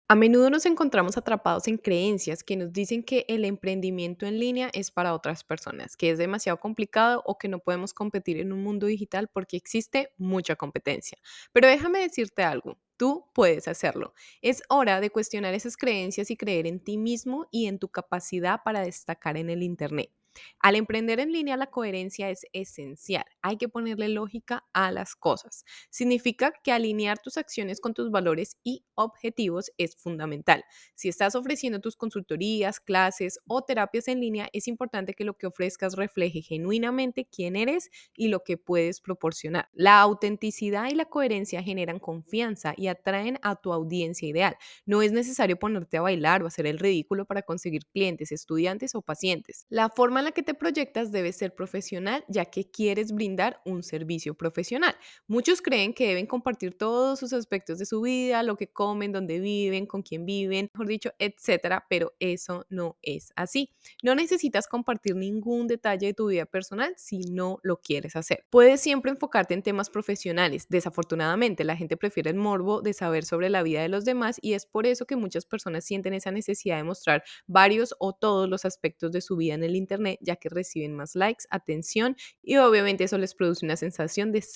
A menudo nos encontramos atrapados en creencias que nos dicen que el emprendimiento en línea es para otras personas, que es demasiado complicado o que no podemos competir en un mundo digital porque existe mucha competencia. Pero déjame decirte algo, tú puedes hacerlo. Es hora de cuestionar esas creencias y creer en ti mismo y en tu capacidad para destacar en el Internet. Al emprender en línea, la coherencia es esencial. Hay que ponerle lógica a las cosas. Significa que alinear tus acciones con tus valores y objetivos es fundamental. Si estás ofreciendo tus consultorías, clases o terapias en línea, es importante que lo que ofrezcas refleje genuinamente quién eres y lo que puedes proporcionar. La autenticidad y la coherencia generan confianza y atraen a tu audiencia ideal. No es necesario ponerte a bailar o hacer el ridículo para conseguir clientes, estudiantes o pacientes. La forma en la que te proyectas debe ser profesional, ya que quieres brindar un servicio profesional. Muchos creen que deben compartir todos sus aspectos de su vida, lo que comen, dónde viven, con quién viven, mejor dicho, etcétera, pero eso no es así. No necesitas compartir ningún detalle de tu vida personal si no lo quieres hacer. Puedes siempre enfocarte en temas profesionales. Desafortunadamente, la gente prefiere el morbo de saber sobre la vida de los demás y es por eso que muchas personas sienten esa necesidad de mostrar varios o todos los aspectos de su vida en el Internet, ya que reciben más likes, atención y obviamente eso les produce una sensación de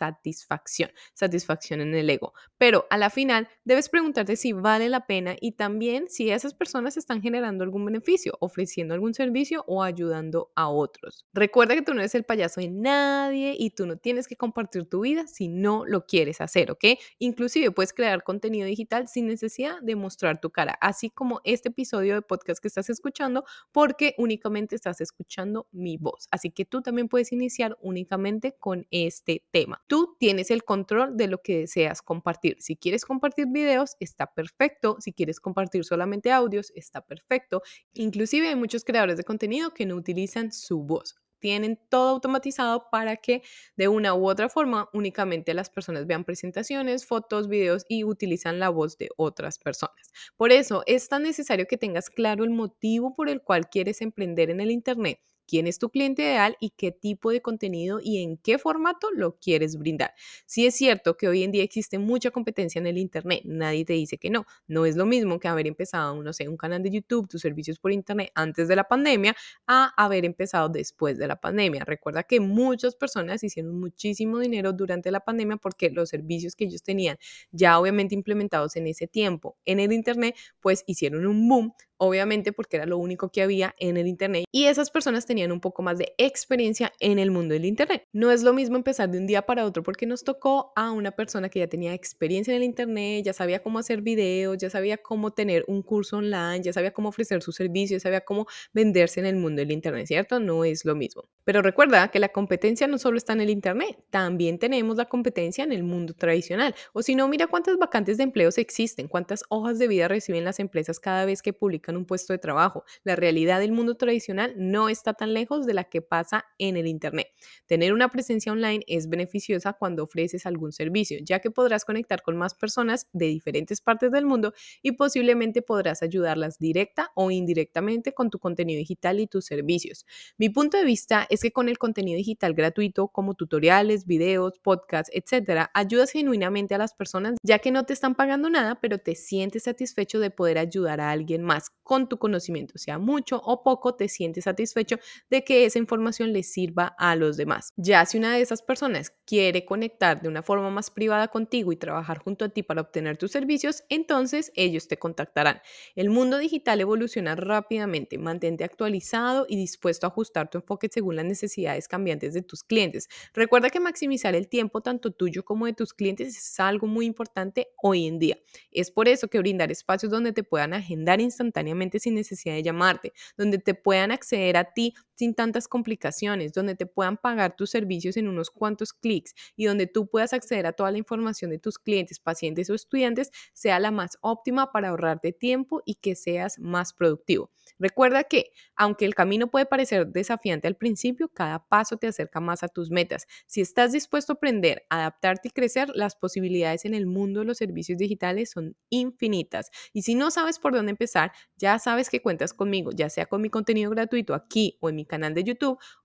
satisfacción en el ego. Pero a la final debes preguntarte si vale la pena y también si esas personas están generando algún beneficio, ofreciendo algún servicio o ayudando a otros. Recuerda que tú no eres el payaso de nadie y tú no tienes que compartir tu vida si no lo quieres hacer, ¿ok? Inclusive puedes crear contenido digital sin necesidad de mostrar tu cara, así como este episodio de podcast que estás escuchando porque únicamente estás escuchando mi voz. Así que tú también puedes iniciar únicamente con este tema. Tú tienes el control de lo que deseas compartir. Si quieres compartir videos, está perfecto. Si quieres compartir solamente audios, está perfecto. Inclusive hay muchos creadores de contenido que no utilizan su voz. Tienen todo automatizado para que de una u otra forma únicamente las personas vean presentaciones, fotos, videos y utilizan la voz de otras personas. Por eso es tan necesario que tengas claro el motivo por el cual quieres emprender en el Internet, quién es tu cliente ideal y qué tipo de contenido y en qué formato lo quieres brindar. Sí es cierto que hoy en día existe mucha competencia en el Internet, nadie te dice que no. No es lo mismo que haber empezado, no sé, un canal de YouTube, tus servicios por Internet antes de la pandemia, a haber empezado después de la pandemia. Recuerda que muchas personas hicieron muchísimo dinero durante la pandemia porque los servicios que ellos tenían ya obviamente implementados en ese tiempo en el Internet, pues hicieron un boom, obviamente porque era lo único que había en el Internet y esas personas tenían un poco más de experiencia en el mundo del Internet. No es lo mismo empezar de un día para otro porque nos tocó a una persona que ya tenía experiencia en el Internet, ya sabía cómo hacer videos, ya sabía cómo tener un curso online, ya sabía cómo ofrecer sus servicios, ya sabía cómo venderse en el mundo del Internet, ¿cierto? No es lo mismo. Pero recuerda que la competencia no solo está en el Internet, también tenemos la competencia en el mundo tradicional. O si no, mira cuántas vacantes de empleos existen, cuántas hojas de vida reciben las empresas cada vez que publican un puesto de trabajo. La realidad del mundo tradicional no está tan lejos de la que pasa en el Internet. Tener una presencia online es beneficiosa cuando ofreces algún servicio, ya que podrás conectar con más personas de diferentes partes del mundo y posiblemente podrás ayudarlas directa o indirectamente con tu contenido digital y tus servicios. Mi punto de vista es que con el contenido digital gratuito como tutoriales, videos, podcasts, etcétera, ayudas genuinamente a las personas ya que no te están pagando nada, pero te sientes satisfecho de poder ayudar a alguien más con tu conocimiento, sea mucho o poco, te sientes satisfecho de que esa información les sirva a los demás. Ya si una de esas personas quiere conectar de una forma más privada contigo y trabajar junto a ti para obtener tus servicios, entonces ellos te contactarán. El mundo digital evoluciona rápidamente, mantente actualizado y dispuesto a ajustar tu enfoque según las necesidades cambiantes de tus clientes. Recuerda que maximizar el tiempo tanto tuyo como de tus clientes es algo muy importante hoy en día. Es por eso que brindar espacios donde te puedan agendar instantáneamente sin necesidad de llamarte, donde te puedan acceder a ti sin tantas complicaciones, donde te puedan pagar tus servicios en unos cuantos clics y donde tú puedas acceder a toda la información de tus clientes, pacientes o estudiantes, sea la más óptima para ahorrarte tiempo y que seas más productivo. Recuerda que, aunque el camino puede parecer desafiante al principio, cada paso te acerca más a tus metas. Si estás dispuesto a aprender, adaptarte y crecer, las posibilidades en el mundo de los servicios digitales son infinitas. Y si no sabes por dónde empezar, ya sabes que cuentas conmigo, ya sea con mi contenido gratuito aquí o en mi canal de YouTube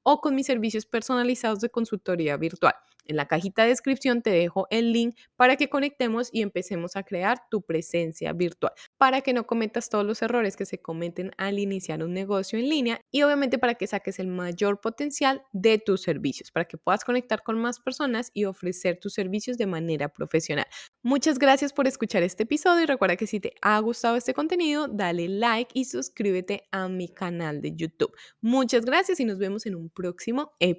o con mis servicios personalizados de consultoría virtual. En la cajita de descripción te dejo el link para que conectemos y empecemos a crear tu presencia virtual, para que no cometas todos los errores que se cometen al iniciar un negocio en línea y obviamente para que saques el mayor potencial de tus servicios, para que puedas conectar con más personas y ofrecer tus servicios de manera profesional. Muchas gracias por escuchar este episodio y recuerda que si te ha gustado este contenido, dale like y suscríbete a mi canal de YouTube. Muchas gracias y nos vemos en un próximo episodio.